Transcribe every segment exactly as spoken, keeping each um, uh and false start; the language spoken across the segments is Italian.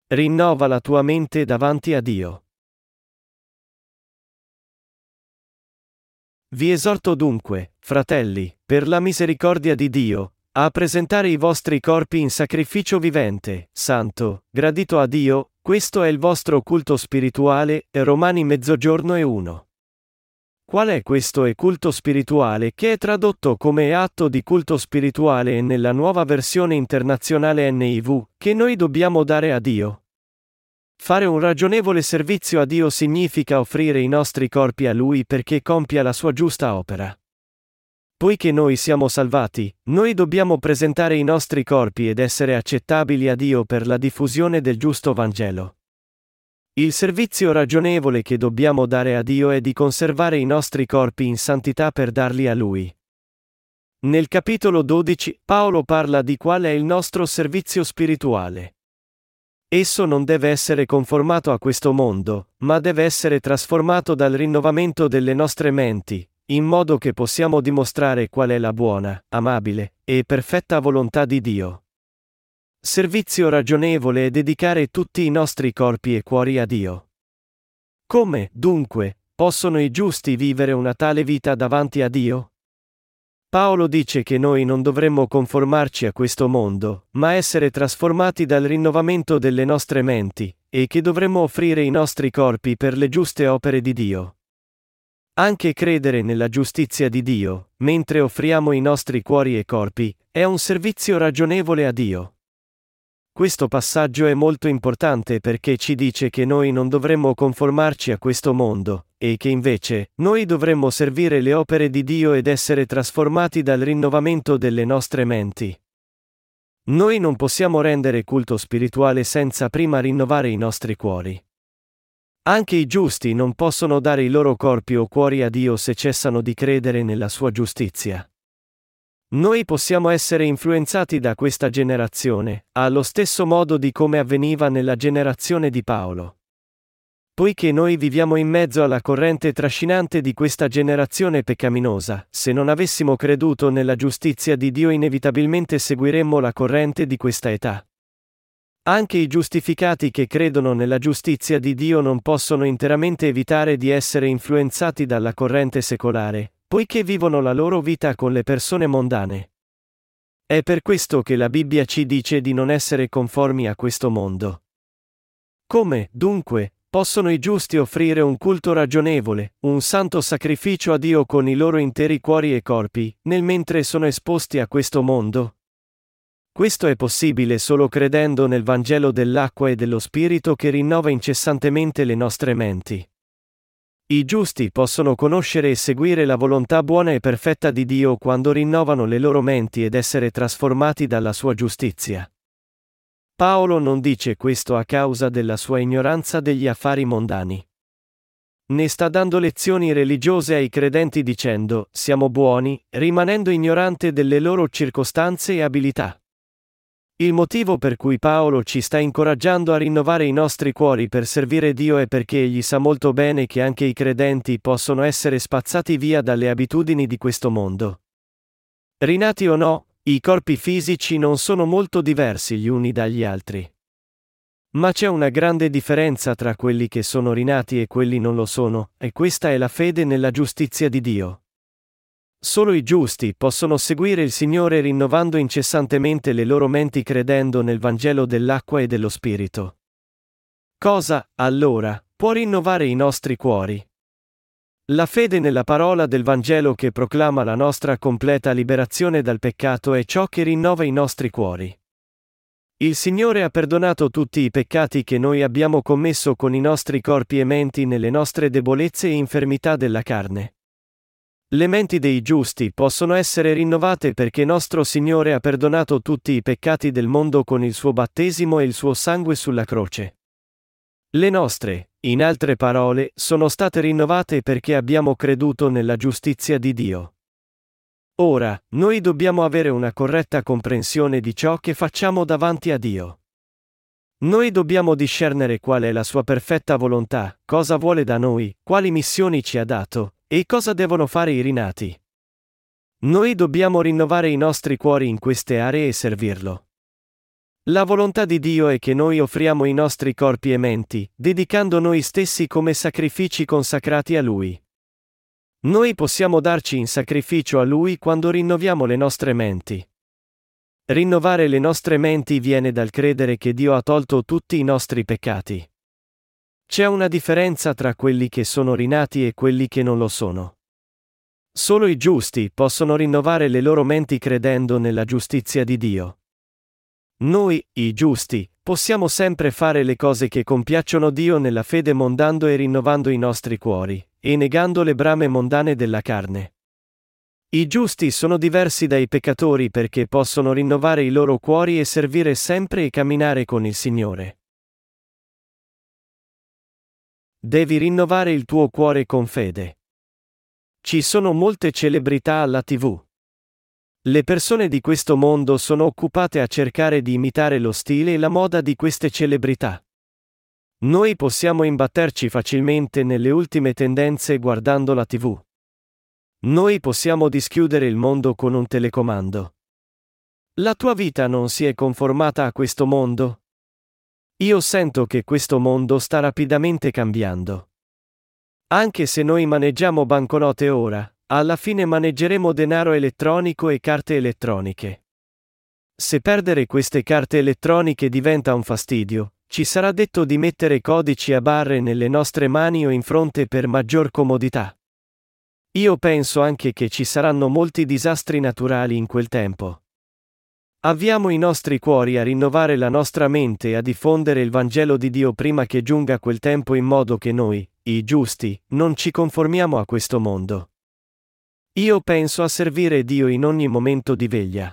Rinnova la tua mente davanti a Dio. Vi esorto dunque, fratelli, per la misericordia di Dio, a presentare i vostri corpi in sacrificio vivente, santo, gradito a Dio, questo è il vostro culto spirituale. Romani mezzogiorno e uno. Qual è questo e culto spirituale che è tradotto come atto di culto spirituale nella nuova versione internazionale N I V, che noi dobbiamo dare a Dio? Fare un ragionevole servizio a Dio significa offrire i nostri corpi a Lui perché compia la sua giusta opera. Poiché noi siamo salvati, noi dobbiamo presentare i nostri corpi ed essere accettabili a Dio per la diffusione del giusto Vangelo. Il servizio ragionevole che dobbiamo dare a Dio è di conservare i nostri corpi in santità per darli a Lui. Nel capitolo dodici, Paolo parla di qual è il nostro servizio spirituale. Esso non deve essere conformato a questo mondo, ma deve essere trasformato dal rinnovamento delle nostre menti, in modo che possiamo dimostrare qual è la buona, amabile e perfetta volontà di Dio. Servizio ragionevole è dedicare tutti i nostri corpi e cuori a Dio. Come, dunque, possono i giusti vivere una tale vita davanti a Dio? Paolo dice che noi non dovremmo conformarci a questo mondo, ma essere trasformati dal rinnovamento delle nostre menti, e che dovremmo offrire i nostri corpi per le giuste opere di Dio. Anche credere nella giustizia di Dio, mentre offriamo i nostri cuori e corpi, è un servizio ragionevole a Dio. Questo passaggio è molto importante perché ci dice che noi non dovremmo conformarci a questo mondo, e che invece, noi dovremmo servire le opere di Dio ed essere trasformati dal rinnovamento delle nostre menti. Noi non possiamo rendere culto spirituale senza prima rinnovare i nostri cuori. Anche i giusti non possono dare i loro corpi o cuori a Dio se cessano di credere nella sua giustizia. Noi possiamo essere influenzati da questa generazione, allo stesso modo di come avveniva nella generazione di Paolo. Poiché noi viviamo in mezzo alla corrente trascinante di questa generazione peccaminosa, se non avessimo creduto nella giustizia di Dio inevitabilmente seguiremmo la corrente di questa età. Anche i giustificati che credono nella giustizia di Dio non possono interamente evitare di essere influenzati dalla corrente secolare, poiché vivono la loro vita con le persone mondane. È per questo che la Bibbia ci dice di non essere conformi a questo mondo. Come, dunque, possono i giusti offrire un culto ragionevole, un santo sacrificio a Dio con i loro interi cuori e corpi, nel mentre sono esposti a questo mondo? Questo è possibile solo credendo nel Vangelo dell'acqua e dello Spirito che rinnova incessantemente le nostre menti. I giusti possono conoscere e seguire la volontà buona e perfetta di Dio quando rinnovano le loro menti ed essere trasformati dalla sua giustizia. Paolo non dice questo a causa della sua ignoranza degli affari mondani. Ne sta dando lezioni religiose ai credenti dicendo, siamo buoni, rimanendo ignorante delle loro circostanze e abilità. Il motivo per cui Paolo ci sta incoraggiando a rinnovare i nostri cuori per servire Dio è perché egli sa molto bene che anche i credenti possono essere spazzati via dalle abitudini di questo mondo. Rinati o no, i corpi fisici non sono molto diversi gli uni dagli altri. Ma c'è una grande differenza tra quelli che sono rinati e quelli non lo sono, e questa è la fede nella giustizia di Dio. Solo i giusti possono seguire il Signore rinnovando incessantemente le loro menti credendo nel Vangelo dell'acqua e dello Spirito. Cosa, allora, può rinnovare i nostri cuori? La fede nella parola del Vangelo che proclama la nostra completa liberazione dal peccato è ciò che rinnova i nostri cuori. Il Signore ha perdonato tutti i peccati che noi abbiamo commesso con i nostri corpi e menti nelle nostre debolezze e infermità della carne. Le menti dei giusti possono essere rinnovate perché nostro Signore ha perdonato tutti i peccati del mondo con il suo battesimo e il suo sangue sulla croce. Le nostre, in altre parole, sono state rinnovate perché abbiamo creduto nella giustizia di Dio. Ora, noi dobbiamo avere una corretta comprensione di ciò che facciamo davanti a Dio. Noi dobbiamo discernere qual è la sua perfetta volontà, cosa vuole da noi, quali missioni ci ha dato, e cosa devono fare i rinati. Noi dobbiamo rinnovare i nostri cuori in queste aree e servirlo. La volontà di Dio è che noi offriamo i nostri corpi e menti, dedicando noi stessi come sacrifici consacrati a Lui. Noi possiamo darci in sacrificio a Lui quando rinnoviamo le nostre menti. Rinnovare le nostre menti viene dal credere che Dio ha tolto tutti i nostri peccati. C'è una differenza tra quelli che sono rinati e quelli che non lo sono. Solo i giusti possono rinnovare le loro menti credendo nella giustizia di Dio. Noi, i giusti, possiamo sempre fare le cose che compiacciono Dio nella fede mondando e rinnovando i nostri cuori, e negando le brame mondane della carne. I giusti sono diversi dai peccatori perché possono rinnovare i loro cuori e servire sempre e camminare con il Signore. Devi rinnovare il tuo cuore con fede. Ci sono molte celebrità alla tivù. Le persone di questo mondo sono occupate a cercare di imitare lo stile e la moda di queste celebrità. Noi possiamo imbatterci facilmente nelle ultime tendenze guardando la tivù. Noi possiamo dischiudere il mondo con un telecomando. La tua vita non si è conformata a questo mondo? Io sento che questo mondo sta rapidamente cambiando. Anche se noi maneggiamo banconote ora, alla fine maneggeremo denaro elettronico e carte elettroniche. Se perdere queste carte elettroniche diventa un fastidio, ci sarà detto di mettere codici a barre nelle nostre mani o in fronte per maggior comodità. Io penso anche che ci saranno molti disastri naturali in quel tempo. Avviamo i nostri cuori a rinnovare la nostra mente e a diffondere il Vangelo di Dio prima che giunga quel tempo in modo che noi, i giusti, non ci conformiamo a questo mondo. Io penso a servire Dio in ogni momento di veglia.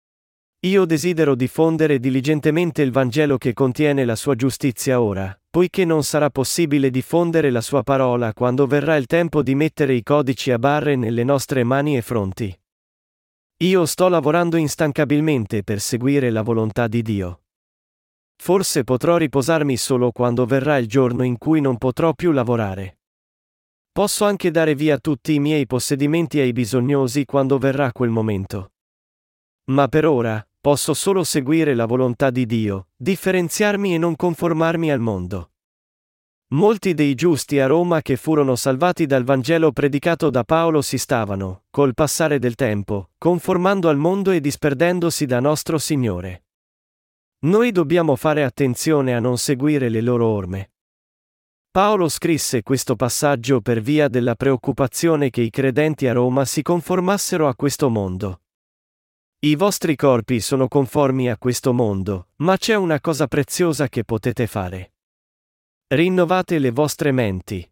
Io desidero diffondere diligentemente il Vangelo che contiene la sua giustizia ora, poiché non sarà possibile diffondere la sua parola quando verrà il tempo di mettere i codici a barre nelle nostre mani e fronti. Io sto lavorando instancabilmente per seguire la volontà di Dio. Forse potrò riposarmi solo quando verrà il giorno in cui non potrò più lavorare. Posso anche dare via tutti i miei possedimenti ai bisognosi quando verrà quel momento. Ma per ora, posso solo seguire la volontà di Dio, differenziarmi e non conformarmi al mondo. Molti dei giusti a Roma che furono salvati dal Vangelo predicato da Paolo si stavano, col passare del tempo, conformando al mondo e disperdendosi da nostro Signore. Noi dobbiamo fare attenzione a non seguire le loro orme. Paolo scrisse questo passaggio per via della preoccupazione che i credenti a Roma si conformassero a questo mondo. I vostri corpi sono conformi a questo mondo, ma c'è una cosa preziosa che potete fare. Rinnovate le vostre menti.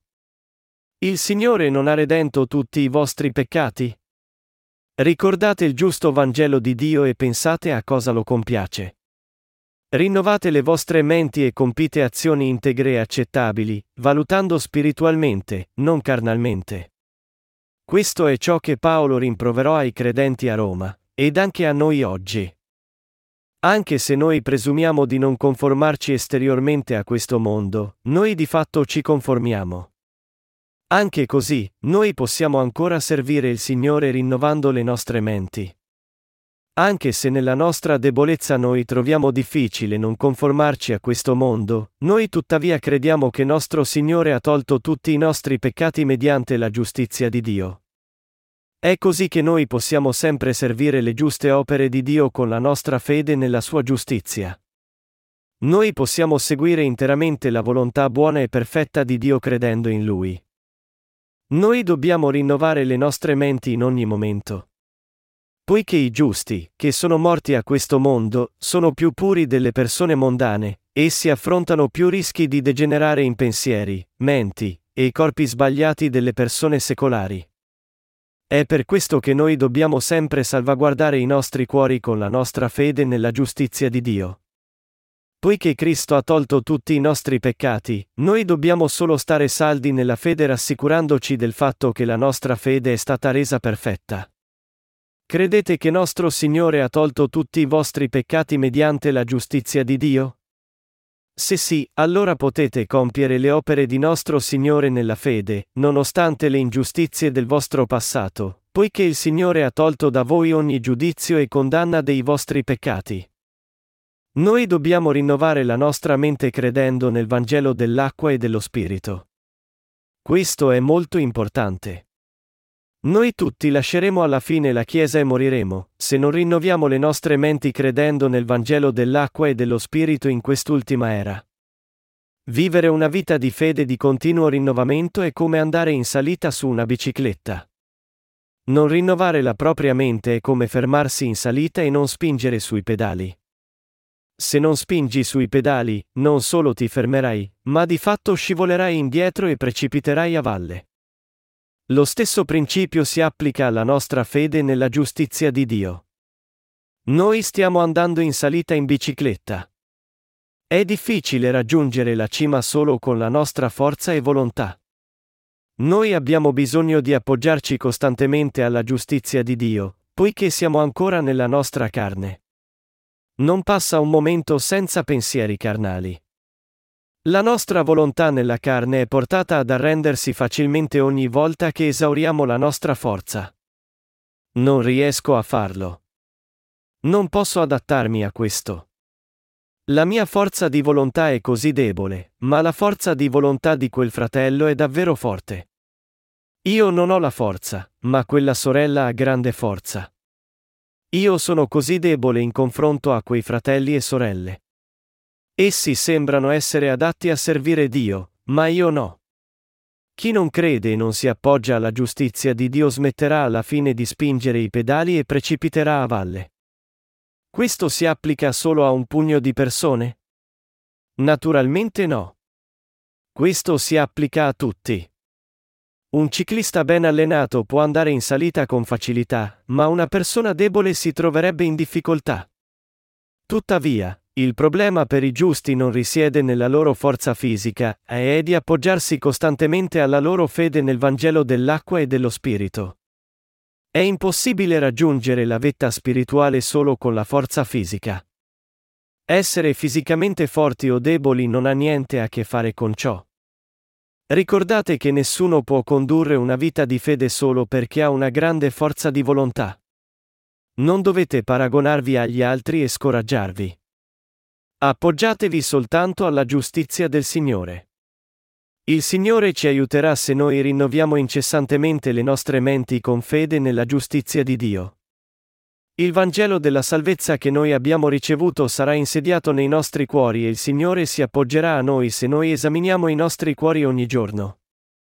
Il Signore non ha redento tutti i vostri peccati? Ricordate il giusto Vangelo di Dio e pensate a cosa lo compiace. Rinnovate le vostre menti e compite azioni integre e accettabili, valutando spiritualmente, non carnalmente. Questo è ciò che Paolo rimproverò ai credenti a Roma, ed anche a noi oggi. Anche se noi presumiamo di non conformarci esteriormente a questo mondo, noi di fatto ci conformiamo. Anche così, noi possiamo ancora servire il Signore rinnovando le nostre menti. Anche se nella nostra debolezza noi troviamo difficile non conformarci a questo mondo, noi tuttavia crediamo che nostro Signore ha tolto tutti i nostri peccati mediante la giustizia di Dio. È così che noi possiamo sempre servire le giuste opere di Dio con la nostra fede nella sua giustizia. Noi possiamo seguire interamente la volontà buona e perfetta di Dio credendo in Lui. Noi dobbiamo rinnovare le nostre menti in ogni momento. Poiché i giusti, che sono morti a questo mondo, sono più puri delle persone mondane, essi affrontano più rischi di degenerare in pensieri, menti, e corpi sbagliati delle persone secolari. È per questo che noi dobbiamo sempre salvaguardare i nostri cuori con la nostra fede nella giustizia di Dio. Poiché Cristo ha tolto tutti i nostri peccati, noi dobbiamo solo stare saldi nella fede rassicurandoci del fatto che la nostra fede è stata resa perfetta. Credete che nostro Signore ha tolto tutti i vostri peccati mediante la giustizia di Dio? Se sì, allora potete compiere le opere di nostro Signore nella fede, nonostante le ingiustizie del vostro passato, poiché il Signore ha tolto da voi ogni giudizio e condanna dei vostri peccati. Noi dobbiamo rinnovare la nostra mente credendo nel Vangelo dell'acqua e dello Spirito. Questo è molto importante. Noi tutti lasceremo alla fine la Chiesa e moriremo, se non rinnoviamo le nostre menti credendo nel Vangelo dell'acqua e dello Spirito in quest'ultima era. Vivere una vita di fede di continuo rinnovamento è come andare in salita su una bicicletta. Non rinnovare la propria mente è come fermarsi in salita e non spingere sui pedali. Se non spingi sui pedali, non solo ti fermerai, ma di fatto scivolerai indietro e precipiterai a valle. Lo stesso principio si applica alla nostra fede nella giustizia di Dio. Noi stiamo andando in salita in bicicletta. È difficile raggiungere la cima solo con la nostra forza e volontà. Noi abbiamo bisogno di appoggiarci costantemente alla giustizia di Dio, poiché siamo ancora nella nostra carne. Non passa un momento senza pensieri carnali. La nostra volontà nella carne è portata ad arrendersi facilmente ogni volta che esauriamo la nostra forza. Non riesco a farlo. Non posso adattarmi a questo. La mia forza di volontà è così debole, ma la forza di volontà di quel fratello è davvero forte. Io non ho la forza, ma quella sorella ha grande forza. Io sono così debole in confronto a quei fratelli e sorelle. Essi sembrano essere adatti a servire Dio, ma io no. Chi non crede e non si appoggia alla giustizia di Dio smetterà alla fine di spingere i pedali e precipiterà a valle. Questo si applica solo a un pugno di persone? Naturalmente no. Questo si applica a tutti. Un ciclista ben allenato può andare in salita con facilità, ma una persona debole si troverebbe in difficoltà. Tuttavia, il problema per i giusti non risiede nella loro forza fisica, è di appoggiarsi costantemente alla loro fede nel Vangelo dell'acqua e dello Spirito. È impossibile raggiungere la vetta spirituale solo con la forza fisica. Essere fisicamente forti o deboli non ha niente a che fare con ciò. Ricordate che nessuno può condurre una vita di fede solo perché ha una grande forza di volontà. Non dovete paragonarvi agli altri e scoraggiarvi. Appoggiatevi soltanto alla giustizia del Signore. Il Signore ci aiuterà se noi rinnoviamo incessantemente le nostre menti con fede nella giustizia di Dio. Il Vangelo della salvezza che noi abbiamo ricevuto sarà insediato nei nostri cuori e il Signore si appoggerà a noi se noi esaminiamo i nostri cuori ogni giorno.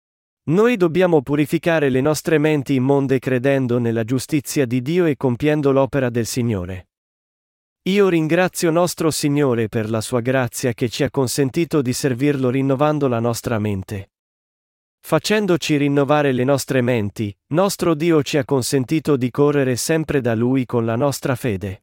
Noi dobbiamo purificare le nostre menti immonde credendo nella giustizia di Dio e compiendo l'opera del Signore. Io ringrazio nostro Signore per la sua grazia che ci ha consentito di servirlo rinnovando la nostra mente. Facendoci rinnovare le nostre menti, nostro Dio ci ha consentito di correre sempre da Lui con la nostra fede.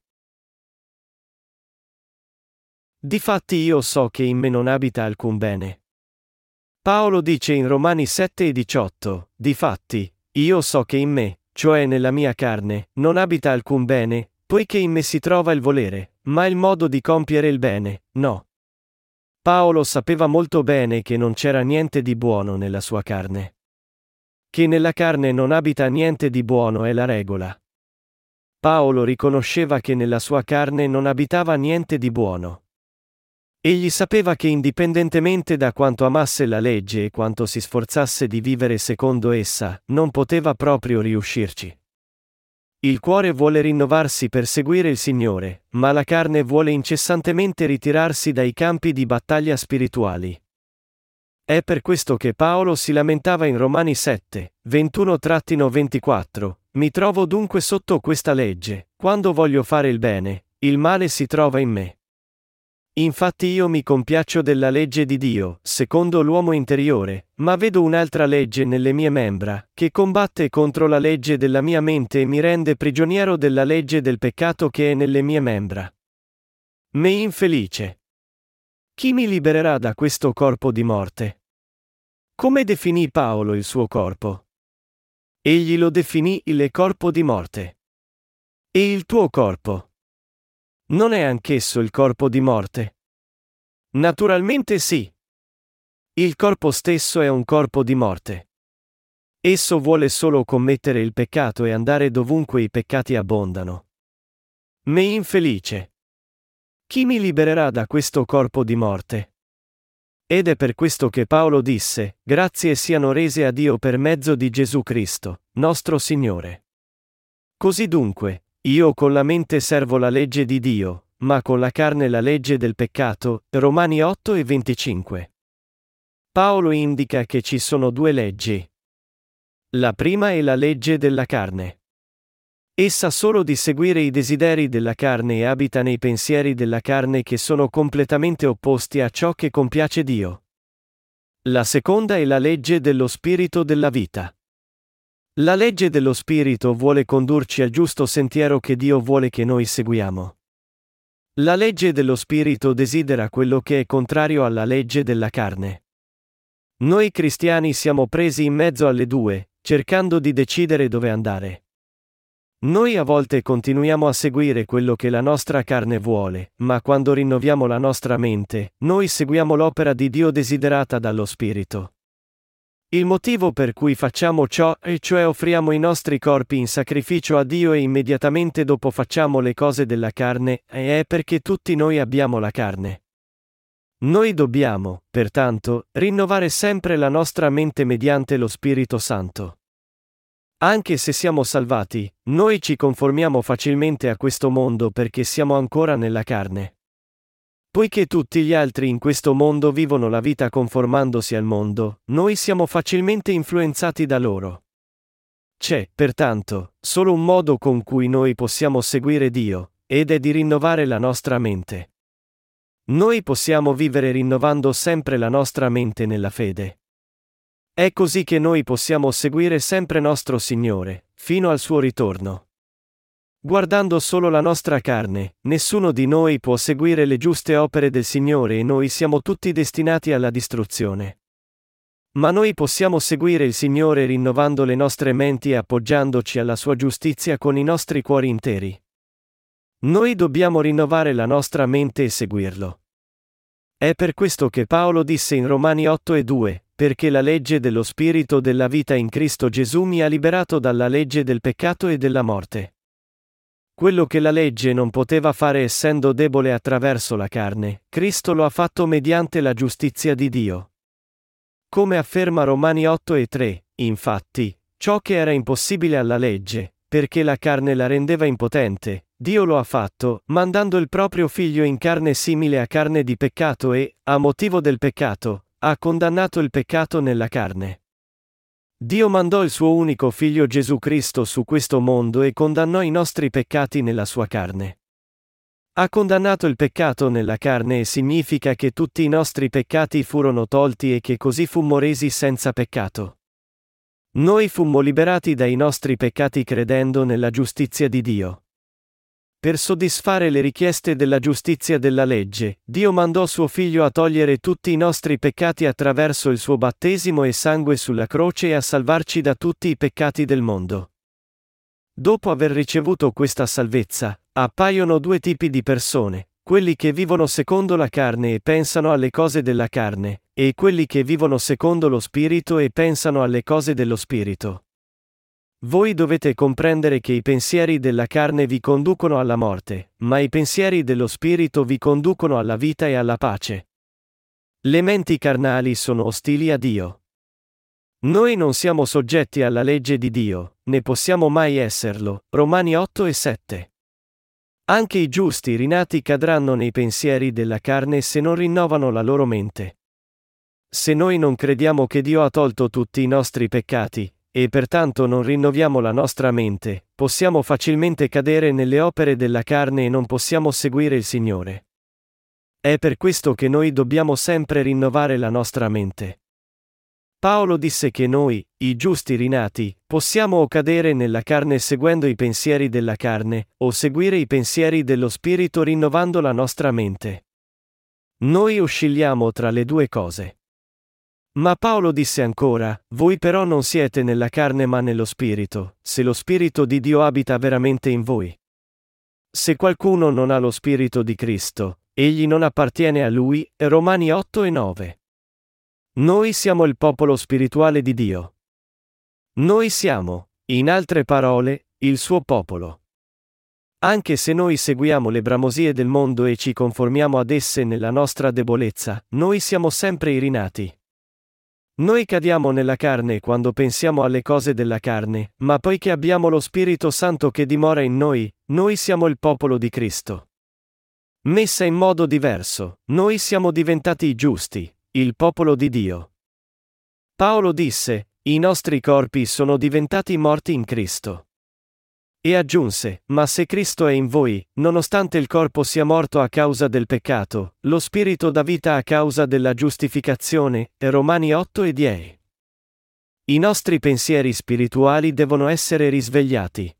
Difatti io so che in me non abita alcun bene. Paolo dice in Romani sette e diciotto, difatti, io so che in me, cioè nella mia carne, non abita alcun bene, poiché in me si trova il volere, ma il modo di compiere il bene, no. Paolo sapeva molto bene che non c'era niente di buono nella sua carne. Che nella carne non abita niente di buono è la regola. Paolo riconosceva che nella sua carne non abitava niente di buono. Egli sapeva che indipendentemente da quanto amasse la legge e quanto si sforzasse di vivere secondo essa, non poteva proprio riuscirci. Il cuore vuole rinnovarsi per seguire il Signore, ma la carne vuole incessantemente ritirarsi dai campi di battaglia spirituali. È per questo che Paolo si lamentava in Romani sette, ventuno ventiquattro, mi trovo dunque sotto questa legge, quando voglio fare il bene, il male si trova in me. Infatti io mi compiaccio della legge di Dio, secondo l'uomo interiore, ma vedo un'altra legge nelle mie membra, che combatte contro la legge della mia mente e mi rende prigioniero della legge del peccato che è nelle mie membra. Me infelice. Chi mi libererà da questo corpo di morte? Come definì Paolo il suo corpo? Egli lo definì il corpo di morte. E il tuo corpo? Non è anch'esso il corpo di morte? Naturalmente sì. Il corpo stesso è un corpo di morte. Esso vuole solo commettere il peccato e andare dovunque i peccati abbondano. Me infelice. Chi mi libererà da questo corpo di morte? Ed è per questo che Paolo disse: grazie siano rese a Dio per mezzo di Gesù Cristo, nostro Signore. Così dunque, io con la mente servo la legge di Dio, ma con la carne la legge del peccato. Romani otto e venticinque. Paolo indica che ci sono due leggi. La prima è la legge della carne. Essa solo di seguire i desideri della carne e abita nei pensieri della carne che sono completamente opposti a ciò che compiace Dio. La seconda è la legge dello spirito della vita. La legge dello spirito vuole condurci al giusto sentiero che Dio vuole che noi seguiamo. La legge dello spirito desidera quello che è contrario alla legge della carne. Noi cristiani siamo presi in mezzo alle due, cercando di decidere dove andare. Noi a volte continuiamo a seguire quello che la nostra carne vuole, ma quando rinnoviamo la nostra mente, noi seguiamo l'opera di Dio desiderata dallo Spirito. Il motivo per cui facciamo ciò, e cioè offriamo i nostri corpi in sacrificio a Dio e immediatamente dopo facciamo le cose della carne, è perché tutti noi abbiamo la carne. Noi dobbiamo, pertanto, rinnovare sempre la nostra mente mediante lo Spirito Santo. Anche se siamo salvati, noi ci conformiamo facilmente a questo mondo perché siamo ancora nella carne. Poiché tutti gli altri in questo mondo vivono la vita conformandosi al mondo, noi siamo facilmente influenzati da loro. C'è, pertanto, solo un modo con cui noi possiamo seguire Dio, ed è di rinnovare la nostra mente. Noi possiamo vivere rinnovando sempre la nostra mente nella fede. È così che noi possiamo seguire sempre nostro Signore, fino al suo ritorno. Guardando solo la nostra carne, nessuno di noi può seguire le giuste opere del Signore e noi siamo tutti destinati alla distruzione. Ma noi possiamo seguire il Signore rinnovando le nostre menti e appoggiandoci alla sua giustizia con i nostri cuori interi. Noi dobbiamo rinnovare la nostra mente e seguirlo. È per questo che Paolo disse in Romani otto e due, perché la legge dello Spirito della vita in Cristo Gesù mi ha liberato dalla legge del peccato e della morte. Quello che la legge non poteva fare essendo debole attraverso la carne, Cristo lo ha fatto mediante la giustizia di Dio. Come afferma Romani otto e tre, infatti, ciò che era impossibile alla legge, perché la carne la rendeva impotente, Dio lo ha fatto, mandando il proprio figlio in carne simile a carne di peccato e, a motivo del peccato, ha condannato il peccato nella carne. Dio mandò il suo unico figlio Gesù Cristo su questo mondo e condannò i nostri peccati nella sua carne. Ha condannato il peccato nella carne e significa che tutti i nostri peccati furono tolti e che così fummo resi senza peccato. Noi fummo liberati dai nostri peccati credendo nella giustizia di Dio. Per soddisfare le richieste della giustizia della legge, Dio mandò suo figlio a togliere tutti i nostri peccati attraverso il suo battesimo e sangue sulla croce e a salvarci da tutti i peccati del mondo. Dopo aver ricevuto questa salvezza, appaiono due tipi di persone, quelli che vivono secondo la carne e pensano alle cose della carne, e quelli che vivono secondo lo Spirito e pensano alle cose dello Spirito. Voi dovete comprendere che i pensieri della carne vi conducono alla morte, ma i pensieri dello Spirito vi conducono alla vita e alla pace. Le menti carnali sono ostili a Dio. Noi non siamo soggetti alla legge di Dio, né possiamo mai esserlo. Romani otto e sette. Anche i giusti rinati cadranno nei pensieri della carne se non rinnovano la loro mente. Se noi non crediamo che Dio ha tolto tutti i nostri peccati, e pertanto non rinnoviamo la nostra mente, possiamo facilmente cadere nelle opere della carne e non possiamo seguire il Signore. È per questo che noi dobbiamo sempre rinnovare la nostra mente. Paolo disse che noi, i giusti rinati, possiamo o cadere nella carne seguendo i pensieri della carne, o seguire i pensieri dello Spirito rinnovando la nostra mente. Noi oscilliamo tra le due cose. Ma Paolo disse ancora, voi però non siete nella carne ma nello Spirito, se lo Spirito di Dio abita veramente in voi. Se qualcuno non ha lo Spirito di Cristo, egli non appartiene a lui. Romani otto e nove. Noi siamo il popolo spirituale di Dio. Noi siamo, in altre parole, il suo popolo. Anche se noi seguiamo le bramosie del mondo e ci conformiamo ad esse nella nostra debolezza, noi siamo sempre i rinati. Noi cadiamo nella carne quando pensiamo alle cose della carne, ma poiché abbiamo lo Spirito Santo che dimora in noi, noi siamo il popolo di Cristo. Messa in modo diverso, noi siamo diventati i giusti, il popolo di Dio. Paolo disse: i nostri corpi sono diventati morti in Cristo. E aggiunse: ma se Cristo è in voi, nonostante il corpo sia morto a causa del peccato, lo spirito dà vita a causa della giustificazione. Romani otto e dieci. I nostri pensieri spirituali devono essere risvegliati.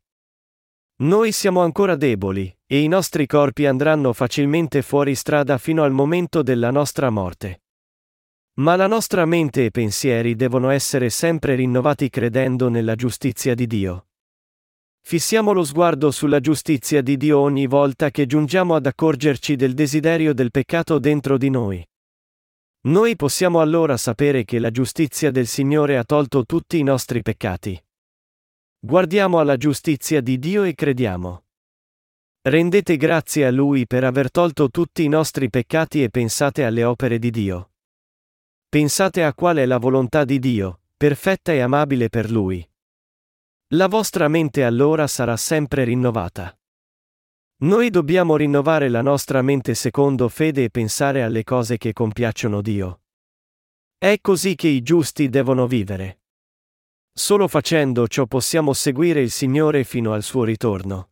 Noi siamo ancora deboli, e i nostri corpi andranno facilmente fuori strada fino al momento della nostra morte. Ma la nostra mente e pensieri devono essere sempre rinnovati credendo nella giustizia di Dio. Fissiamo lo sguardo sulla giustizia di Dio ogni volta che giungiamo ad accorgerci del desiderio del peccato dentro di noi. Noi possiamo allora sapere che la giustizia del Signore ha tolto tutti i nostri peccati. Guardiamo alla giustizia di Dio e crediamo. Rendete grazie a Lui per aver tolto tutti i nostri peccati e pensate alle opere di Dio. Pensate a qual è la volontà di Dio, perfetta e amabile per Lui. La vostra mente allora sarà sempre rinnovata. Noi dobbiamo rinnovare la nostra mente secondo fede e pensare alle cose che compiacciono Dio. È così che i giusti devono vivere. Solo facendo ciò possiamo seguire il Signore fino al suo ritorno.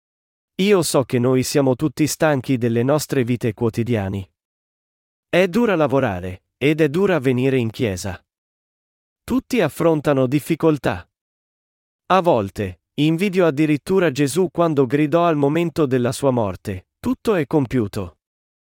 Io so che noi siamo tutti stanchi delle nostre vite quotidiane. È dura lavorare, ed è dura venire in chiesa. Tutti affrontano difficoltà. A volte, invidio addirittura Gesù quando gridò al momento della sua morte: tutto è compiuto.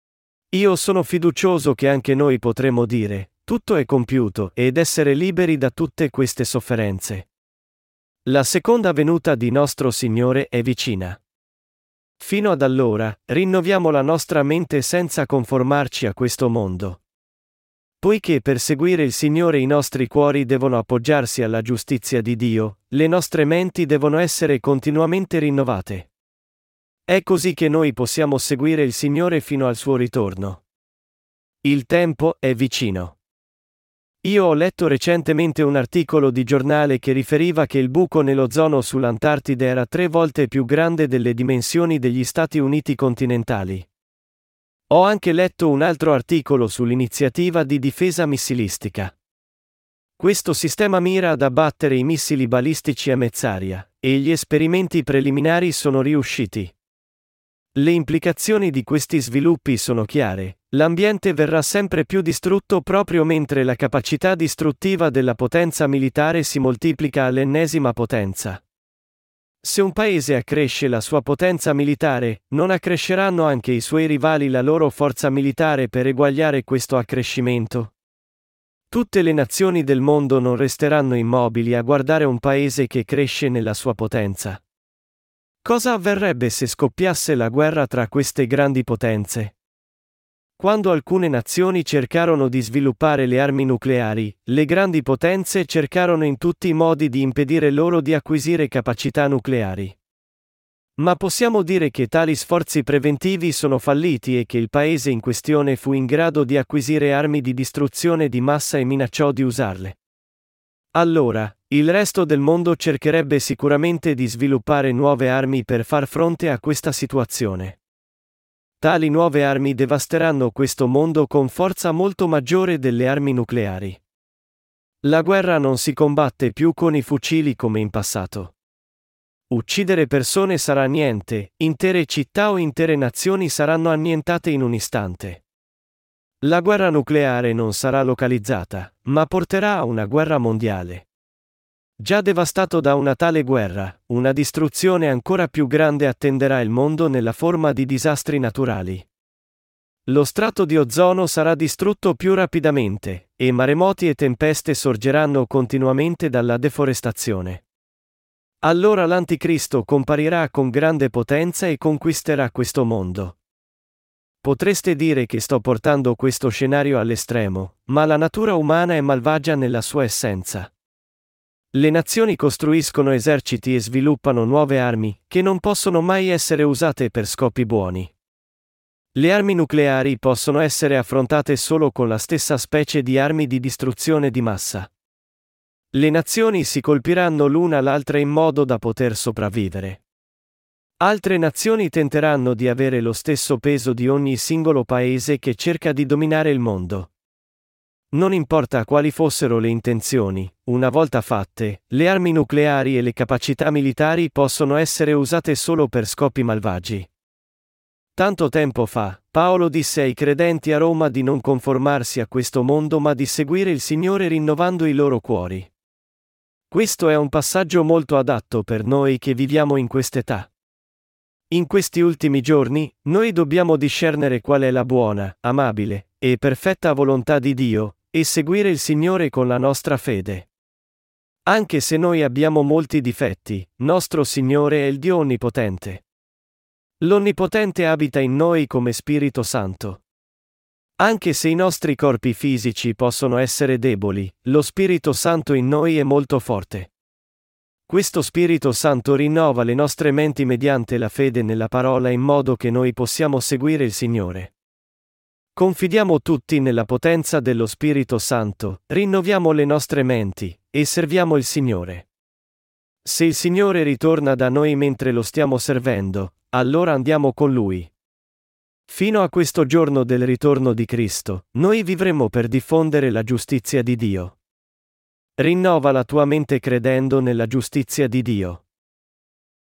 Io sono fiducioso che anche noi potremo dire: tutto è compiuto, ed essere liberi da tutte queste sofferenze. La seconda venuta di nostro Signore è vicina. Fino ad allora, rinnoviamo la nostra mente senza conformarci a questo mondo. Poiché per seguire il Signore i nostri cuori devono appoggiarsi alla giustizia di Dio, le nostre menti devono essere continuamente rinnovate. È così che noi possiamo seguire il Signore fino al suo ritorno. Il tempo è vicino. Io ho letto recentemente un articolo di giornale che riferiva che il buco nell'ozono sull'Antartide era tre volte più grande delle dimensioni degli Stati Uniti continentali. Ho anche letto un altro articolo sull'iniziativa di difesa missilistica. Questo sistema mira ad abbattere i missili balistici a mezz'aria, e gli esperimenti preliminari sono riusciti. Le implicazioni di questi sviluppi sono chiare: l'ambiente verrà sempre più distrutto proprio mentre la capacità distruttiva della potenza militare si moltiplica all'ennesima potenza. Se un paese accresce la sua potenza militare, non accresceranno anche i suoi rivali la loro forza militare per eguagliare questo accrescimento? Tutte le nazioni del mondo non resteranno immobili a guardare un paese che cresce nella sua potenza. Cosa avverrebbe se scoppiasse la guerra tra queste grandi potenze? Quando alcune nazioni cercarono di sviluppare le armi nucleari, le grandi potenze cercarono in tutti i modi di impedire loro di acquisire capacità nucleari. Ma possiamo dire che tali sforzi preventivi sono falliti e che il paese in questione fu in grado di acquisire armi di distruzione di massa e minacciò di usarle. Allora, il resto del mondo cercherebbe sicuramente di sviluppare nuove armi per far fronte a questa situazione. Tali nuove armi devasteranno questo mondo con forza molto maggiore delle armi nucleari. La guerra non si combatte più con i fucili come in passato. Uccidere persone sarà niente, intere città o intere nazioni saranno annientate in un istante. La guerra nucleare non sarà localizzata, ma porterà a una guerra mondiale. Già devastato da una tale guerra, una distruzione ancora più grande attenderà il mondo nella forma di disastri naturali. Lo strato di ozono sarà distrutto più rapidamente, e maremoti e tempeste sorgeranno continuamente dalla deforestazione. Allora l'Anticristo comparirà con grande potenza e conquisterà questo mondo. Potreste dire che sto portando questo scenario all'estremo, ma la natura umana è malvagia nella sua essenza. Le nazioni costruiscono eserciti e sviluppano nuove armi, che non possono mai essere usate per scopi buoni. Le armi nucleari possono essere affrontate solo con la stessa specie di armi di distruzione di massa. Le nazioni si colpiranno l'una l'altra in modo da poter sopravvivere. Altre nazioni tenteranno di avere lo stesso peso di ogni singolo paese che cerca di dominare il mondo. Non importa quali fossero le intenzioni, una volta fatte, le armi nucleari e le capacità militari possono essere usate solo per scopi malvagi. Tanto tempo fa, Paolo disse ai credenti a Roma di non conformarsi a questo mondo ma di seguire il Signore rinnovando i loro cuori. Questo è un passaggio molto adatto per noi che viviamo in quest'età. In questi ultimi giorni, noi dobbiamo discernere qual è la buona, amabile e perfetta volontà di Dio, e seguire il Signore con la nostra fede. Anche se noi abbiamo molti difetti, nostro Signore è il Dio Onnipotente. L'Onnipotente abita in noi come Spirito Santo. Anche se i nostri corpi fisici possono essere deboli, lo Spirito Santo in noi è molto forte. Questo Spirito Santo rinnova le nostre menti mediante la fede nella parola in modo che noi possiamo seguire il Signore. Confidiamo tutti nella potenza dello Spirito Santo, rinnoviamo le nostre menti, e serviamo il Signore. Se il Signore ritorna da noi mentre lo stiamo servendo, allora andiamo con Lui. Fino a questo giorno del ritorno di Cristo, noi vivremo per diffondere la giustizia di Dio. Rinnova la tua mente credendo nella giustizia di Dio.